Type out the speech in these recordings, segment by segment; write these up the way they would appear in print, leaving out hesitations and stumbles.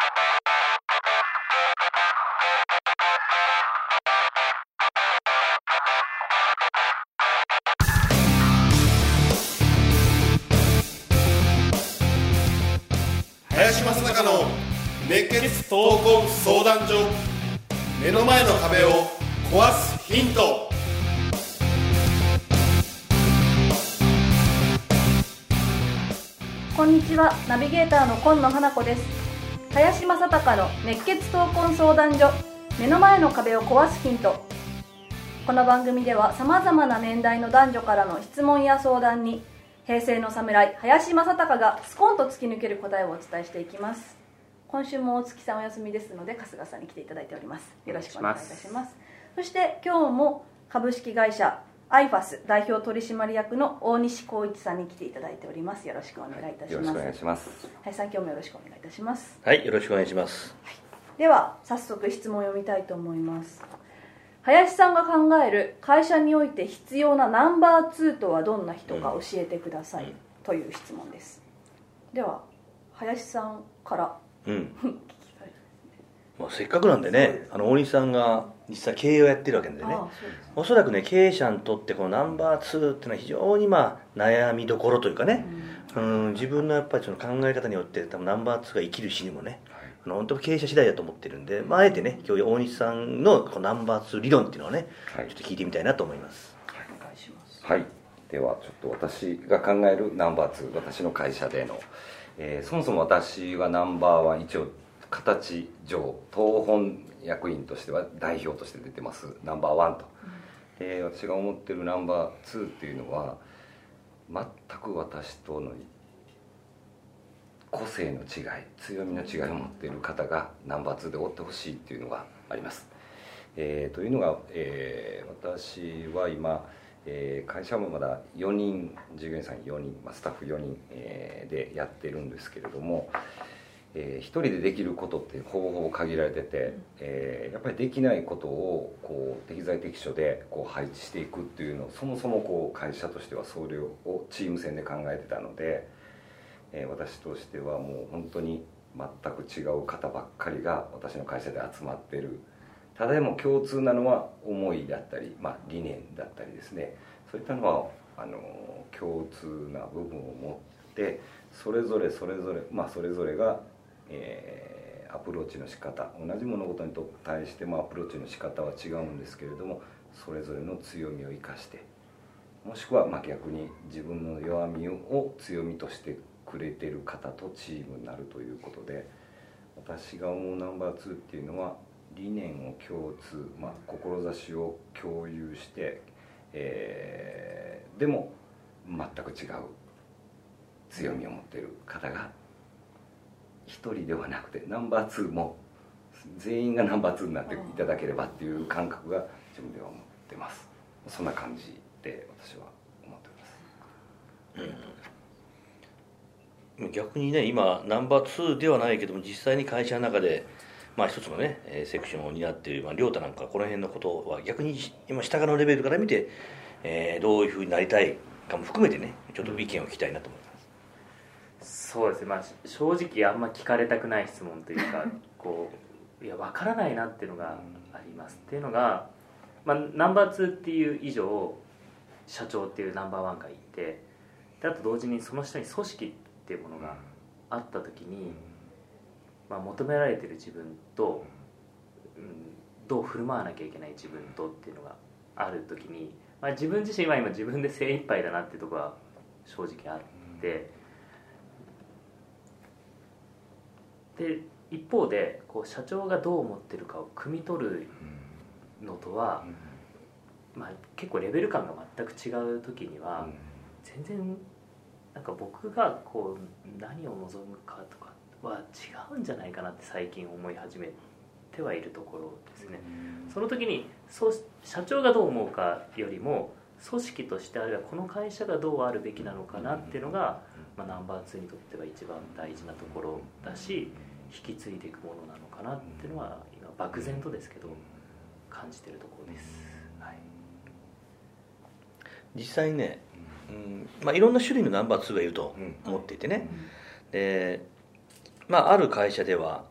林正孝の熱血闘魂相談所。目の前の壁を壊すヒント。 こんにちは、ナビゲーターの今野花子です。林正孝の熱血闘魂相談所、目の前の壁を壊すヒント。この番組ではさまざまな年代の男女からの質問や相談に、平成の侍林正孝がスコンと突き抜ける答えをお伝えしていきます。今週も大月さんお休みですので、春日さんに来ていただいております。よろしくお願いいたします。そして今日も株式会社アイファス代表取締役の大西光一さんに来ていただいております。よろしくお願いいたします。 よろしくお願いします。 林さん、今日もよろしくお願いいたします。 はい、よろしくお願いします。 はい、では早速質問を読みたいと思います。林さんが考える会社において必要なナンバー2とはどんな人か教えてください、という質問です。では林さんから聞きたいですね。 まあ、せっかくなんでね、大西さんが実際経営をやってるわけなんでね、おそらくね、経営者にとってこのナンバー2っていうのは非常に悩みどころというかね、自分のやっぱりその考え方によって多分ナンバー2が生きる死にもね、本当に経営者次第だと思ってるんで、あえてね、今日大西さんのこのナンバー2理論っていうのをね、ちょっと聞いてみたいなと思います。 お願いします。 はい、ではちょっと私が考えるナンバー2、私の会社での、そもそも私はナンバー1、一応形上当本役員としては代表として出てますナンバー1と、私が思ってるナンバー2っていうのは、全く私との個性の違い、強みの違いを持っている方がナンバー2でおってほしいっていうのがあります。というのが、私は今、会社もまだ4人、従業員さん4人、スタッフ4人、でやってるんですけれども、一人でできることってほぼほぼ限られてて、やっぱりできないことをこう適材適所でこう配置していくっていうのを、そもそもこう会社としてはそれをチーム戦で考えてたので、私としてはもう本当に全く違う方ばっかりが私の会社で集まってる。ただでも共通なのは思いだったり、理念だったりですね、そういったのは共通な部分を持って、それぞれがアプローチの仕方、同じ物事に対してもアプローチの仕方は違うんですけれども、それぞれの強みを生かして、もしくは逆に自分の弱みを強みとしてくれている方とチームになるということで、私が思うナンバー2っていうのは、理念を共通、志を共有して、でも全く違う強みを持っている方が一人ではなくて、ナンバー2も全員がナンバー2になっていただければっていう感覚が自分では思ってます。そんな感じで私は思っております。 逆にね、今ナンバー2ではないけども、実際に会社の中で一つのねセクションを担っている亮太なんか、この辺のことは逆に今下のレベルから見て、どういうふうになりたいかも含めてね、ちょっと意見を聞きたいなと思います。 そうですね、正直あんま聞かれたくない質問というかいや分からないなっていうのがあります。っていうのが、ナンバー2っていう以上社長っていうナンバー1がいて、であと同時にその下に組織っていうものがあった時に、求められてる自分と、どう振る舞わなきゃいけない自分とっていうのがある時に、自分自身は今自分で精一杯だなっていうところは正直あって、で一方で社長がどう思ってるかを汲み取るのとは、結構レベル感が全く違う時には、全然僕が何を望むかとかは違うんじゃないかなって最近思い始めてはいるところですね。その時に社長がどう思うかよりも、組織として、あるいはこの会社がどうあるべきなのかなっていうのが、ナンバー2にとっては一番大事なところだし、引き継いでいくものなのかなっていうのは今漠然とですけど感じているところです。 実際にね、いろんな種類のナンバー2がいると思っていてね、である会社では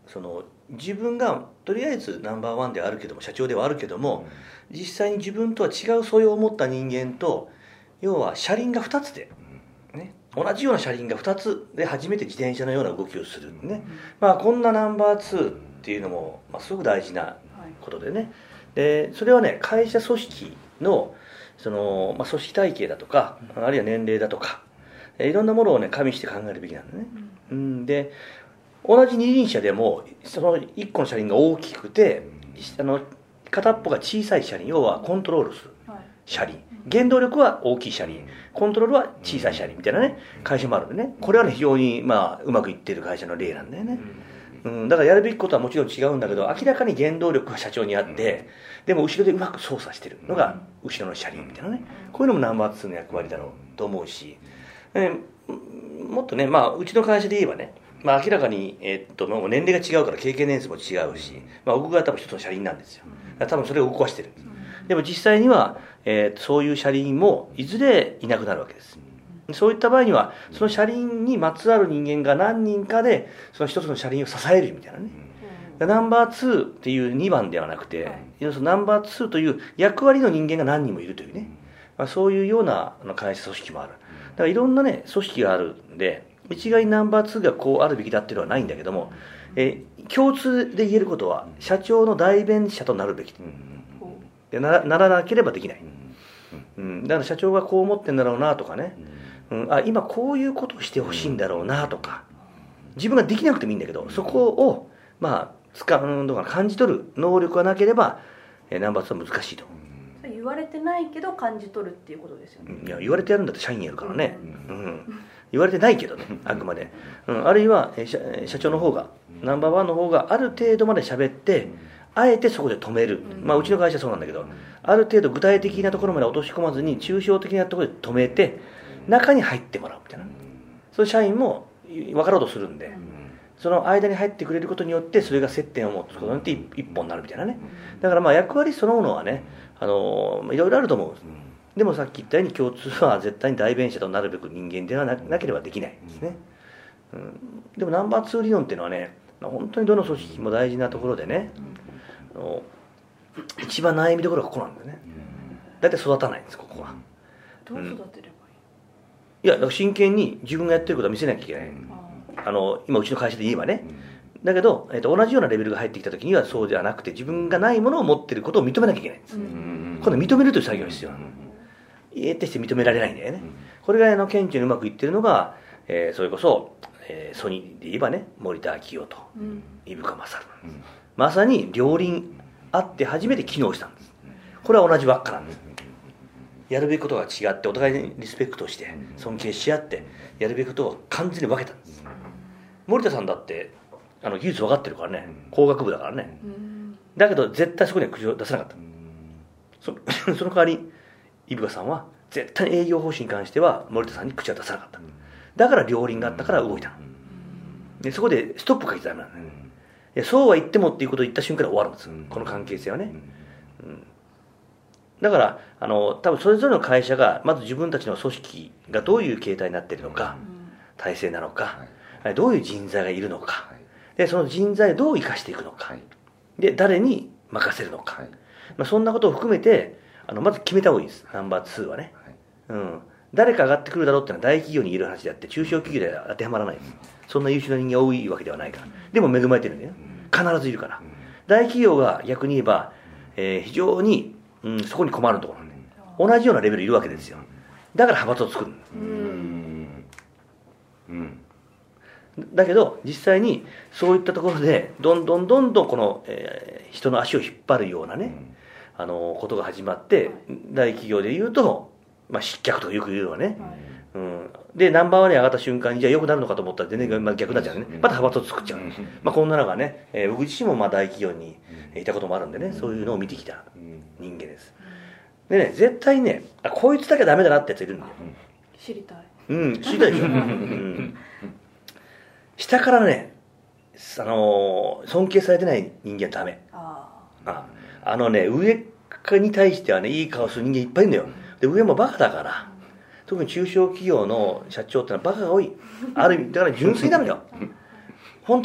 自分がとりあえずナンバーワンではあるけども社長ではあるけども、実際に自分とは違う素養を持った人間と、要は車輪が2つで、ね、同じような車輪が2つで初めて自転車のような動きをするね、こんなナンバー2っていうのも、すごく大事なことでね、でそれはね会社組織の組織体系だとか、あるいは年齢だとか、いろんなものをね加味して考えるべきなんだね、で同じ二輪車でもその1個の車輪が大きくて片っぽが小さい車輪、要はコントロールする車輪、原動力は大きい車輪、コントロールは小さい車輪みたいなね会社もあるんでね、これはね非常にうまくいっている会社の例なんだよね、だからやるべきことはもちろん違うんだけど、明らかに原動力は社長にあって、でも後ろでうまく操作してるのが後ろの車輪みたいなね、こういうのもナンバー2の役割だろうと思うし、もっとね、うちの会社で言えばね、明らかに、もう年齢が違うから経験年数も違うし、僕が多分一つの車輪なんですよ。多分それを動かしてるんです。でも実際には、そういう車輪もいずれいなくなるわけです。そういった場合にはその車輪にまつわる人間が何人かでその一つの車輪を支えるみたいなね、ナンバー2っていう2番ではなくて、ナンバー2という役割の人間が何人もいるというね、そういうような会社組織もある。だからいろんなね組織があるんで、一概にナンバー2がこうあるべきだっていうのはないんだけども、共通で言えることは社長の代弁者となるべきで、ならなければできない、だから社長がこう思ってんだろうなとかね、今こういうことをしてほしいんだろうなとか、自分ができなくてもいいんだけど、そこを感じ取る能力がなければナンバー2は難しいと。 言われてないけど感じ取るっていうことですよね。 いや言われてやるんだって社員やるからね、言われてないけどね、あくまで、あるいは社長の方がナンバーワンの方がある程度まで喋ってあえてそこで止める、うちの会社はそうなんだけど、ある程度具体的なところまで落とし込まずに抽象的なところで止めて中に入ってもらうみたいな、そういう社員も分かろうとするんで、その間に入ってくれることによってそれが接点を持つことによって一本になるみたいなね。だから役割そのものはね、いろいろあると思う。でもさっき言ったように共通は絶対に代弁者となるべく人間ではなければできないですね、でもナンバー2理論っていうのはね、本当にどの組織も大事なところでね、一番悩みどころがここなんだよね。だいたい育たないんです、ここは。 どう育てればいい？ いや真剣に自分がやってることは見せなきゃいけない、今うちの会社で言えばね、だけど、同じようなレベルが入ってきた時にはそうではなくて、自分がないものを持っていることを認めなきゃいけないんです、今度認めるという作業が必要なの。得てして認められないんだよね、これが顕著にうまくいってるのが、それこそ、ソニーで言えばね、森田昭夫と伊深勝、まさに両輪あって初めて機能したんです。これは同じ輪っかなんです。やるべきことが違ってお互いにリスペクトして尊敬し合ってやるべきことを完全に分けたんです。森田さんだって技術分かってるからね、工学部だからね、だけど絶対そこには口を出せなかった。その代わり伊深さんは絶対に営業方針に関しては森田さんに口を出さなかった。だから両輪があったから動いた。でそこでストップかけちゃダメなんだね。いやそうは言ってもっていうことを言った瞬間で終わるんです、この関係性はね、だから多分それぞれの会社がまず自分たちの組織がどういう形態になっているのか、体制なのか、どういう人材がいるのか、でその人材をどう生かしていくのか、で誰に任せるのか、そんなことを含めてまず決めた方がいいです、ナンバー2はね、誰か上がってくるだろうっていうのは大企業にいる話であって中小企業では当てはまらないです。そんな優秀な人間が多いわけではないから。でも恵まれてるんだよ、必ずいるから。大企業が逆に言えば、非常に、そこに困るところなんで、同じようなレベルいるわけですよ。だから派閥を作るだけど実際にそういったところでどんどんこの、人の足を引っ張るようなね、ことが始まって、大企業でいうと、失脚とかよく言うのはね、でナンバーワンに上がった瞬間にじゃあ良くなるのかと思ったら全然逆になっちゃうね、また派閥を作っちゃう、こんな中ね、僕自身も大企業にいたこともあるんでね、そういうのを見てきた人間です。でね、絶対ね、こいつだけはダメだなってやついるんだよ。 知りたい。 知りたいでしょ、下からね、尊敬されてない人間はダメ。上に対してはね、いい顔する人間いっぱいいるんだよ。で上もバカだから、特に中小企業の社長ってのはバカが多い。ある意味だから純粋なのよ。本当に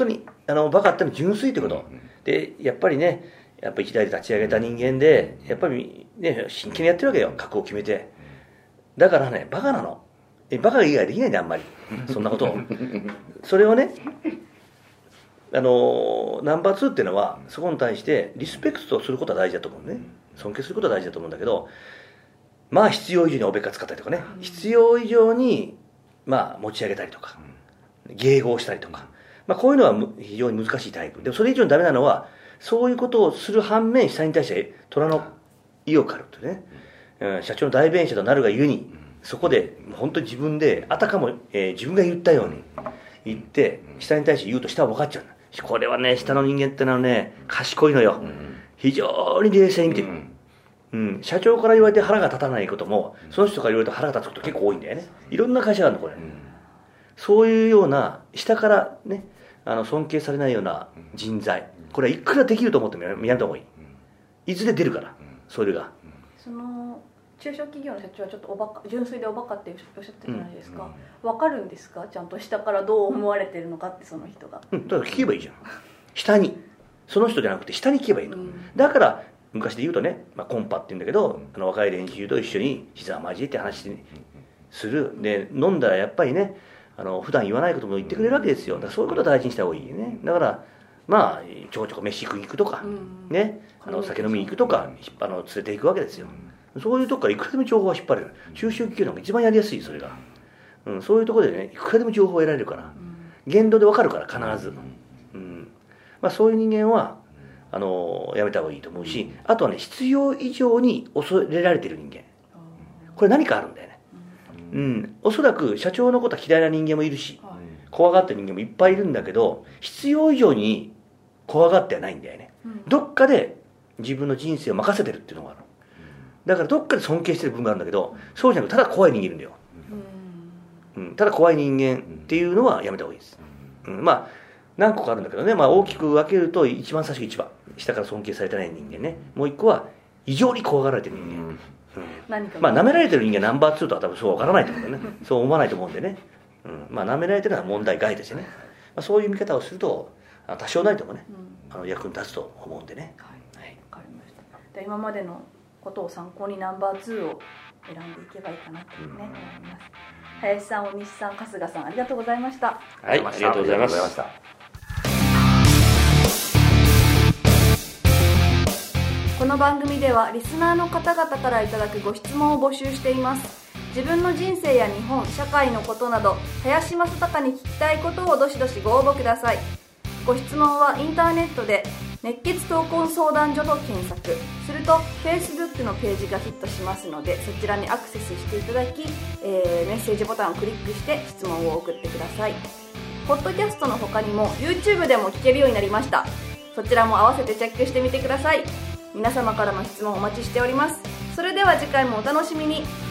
バカってのは純粋ってこと、でやっぱりね、やっぱ一代で立ち上げた人間でやっぱりね真剣にやってるわけよ、覚悟を決めて。だからね、バカなの。バカ以外できないんだよ、あんまりそんなことをそれをね、ナンバー2っていうのはそこに対してリスペクトすることは大事だと思うね。尊敬することは大事だと思うんだけど、まあ必要以上におべっか使ったりとかね、必要以上にまあ持ち上げたりとか迎合したりとか、まあ、こういうのは非常に難しいタイプでも、それ以上にダメなのはそういうことをする反面下に対して虎の意を狩るというね、社長の代弁者となるがゆえにそこで本当に自分であたかも、自分が言ったように言って下に対して言うと下は分かっちゃうんだ。これはね、下の人間ってのはね賢いのよ。非常に冷静に見てる、社長から言われて腹が立たないこともその人から言われて腹が立つこと結構多いんだよね。いろんな会社があるのこれ、そういうような下からね尊敬されないような人材、これはいくらできると思ってもやめた方がいい。いずれ出るからそれが。 その中小企業の社長はちょっと純粋でおバカっておっしゃってるじゃないですか、分かるんですか、ちゃんと下からどう思われてるのかって、その人が。 だから聞けばいいじゃん、下に。その人じゃなくて下に聞けばいいの、だから昔で言うとね、コンパって言うんだけど、若い連中と一緒に膝を交えて話する。で飲んだらやっぱりね普段言わないことも言ってくれるわけですよ。だからそういうことを大事にした方がいいね。だからまあちょこちょこ飯食いに行くとか、ね、酒飲みに行くとか連れて行くわけですよ。そういうとこからいくらでも情報は引っ張れる。中小企業の方が一番やりやすい、それが、そういうところでねいくらでも情報を得られるから、言動で分かるから必ず、まあ、そういう人間はやめた方がいいと思うし、あとはね必要以上に恐れられてる人間、これ何かあるんだよね。おそらく社長のことは嫌いな人間もいるし、怖がってる人間もいっぱいいるんだけど、必要以上に怖がってはないんだよね、どっかで自分の人生を任せてるっていうのがある。だからどっかで尊敬してる部分があるんだけど、そうじゃなくてただ怖い人間いるんだよ、ただ怖い人間っていうのはやめた方がいいです、まあ何個かあるんだけどね、まあ、大きく分けると一番最初一番下から尊敬されてない人間ね、もう一個は異常に怖がられてる人間、まあ舐められてる人間ナンバー2とは多分そう分からないと思うんだよねそう思わないと思うんでね、まあ舐められてるのは問題外ですよね、まあ、そういう見方をすると多少なりともね、役に立つと思うんでね。 はい、分かりました。で今までのことを参考にナンバー2を選んでいけばいいかなとね、思います。林さん、大西さん、春日さん、ありがとうございました。 はい、ありがとうございました。 この番組ではリスナーの方々からいただくご質問を募集しています。自分の人生や日本、社会のことなど林正孝に聞きたいことをどしどしご応募ください。ご質問はインターネットで熱血闘魂相談所と検索すると Facebook のページがヒットしますので、そちらにアクセスしていただき、メッセージボタンをクリックして質問を送ってください。ポッドキャストの他にも YouTube でも聞けるようになりました。そちらも合わせてチェックしてみてください。皆様からの質問お待ちしております。それでは次回もお楽しみに。